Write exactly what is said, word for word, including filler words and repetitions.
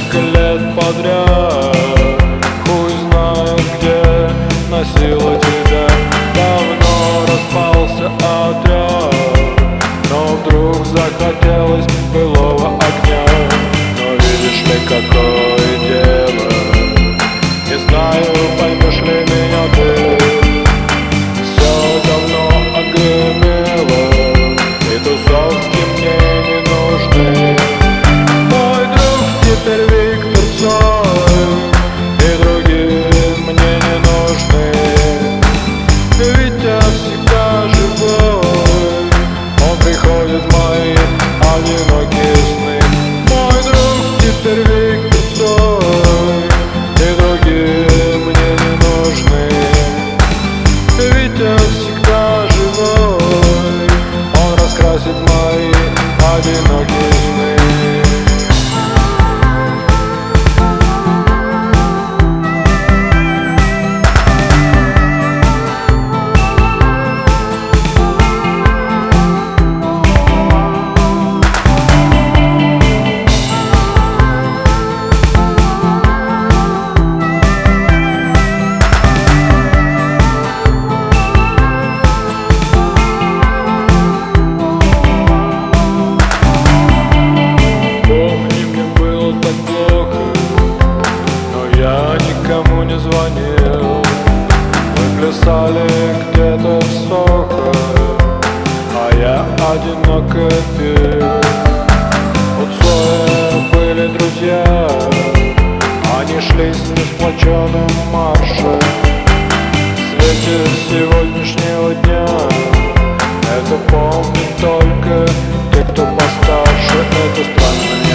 несколько лет подряд. Хуй знает где носила тебя. Давно распался отряд, но вдруг захотелось былого огня. Но видишь ли, какое дело, не знаю, поймешь ли меня ты. Все давно отгремело, и тусовки мне не нужны. Мой друг теперь Виктор Цой, и другие мне не нужны. Ведь я всегда живой, он приходит в мои одинокие сны. Мой друг теперь Виктор Цой, и другие мне не нужны. Ведь я всегда живой, он раскрасит мои одинокие сны. Я никому не звонил, мы плясали где-то в Сохо, а я одиноко пил. У Цоя были друзья, они шли с несплоченным маршем. В свете сегодняшнего дня это помнят только те, кто постарше. Это странно.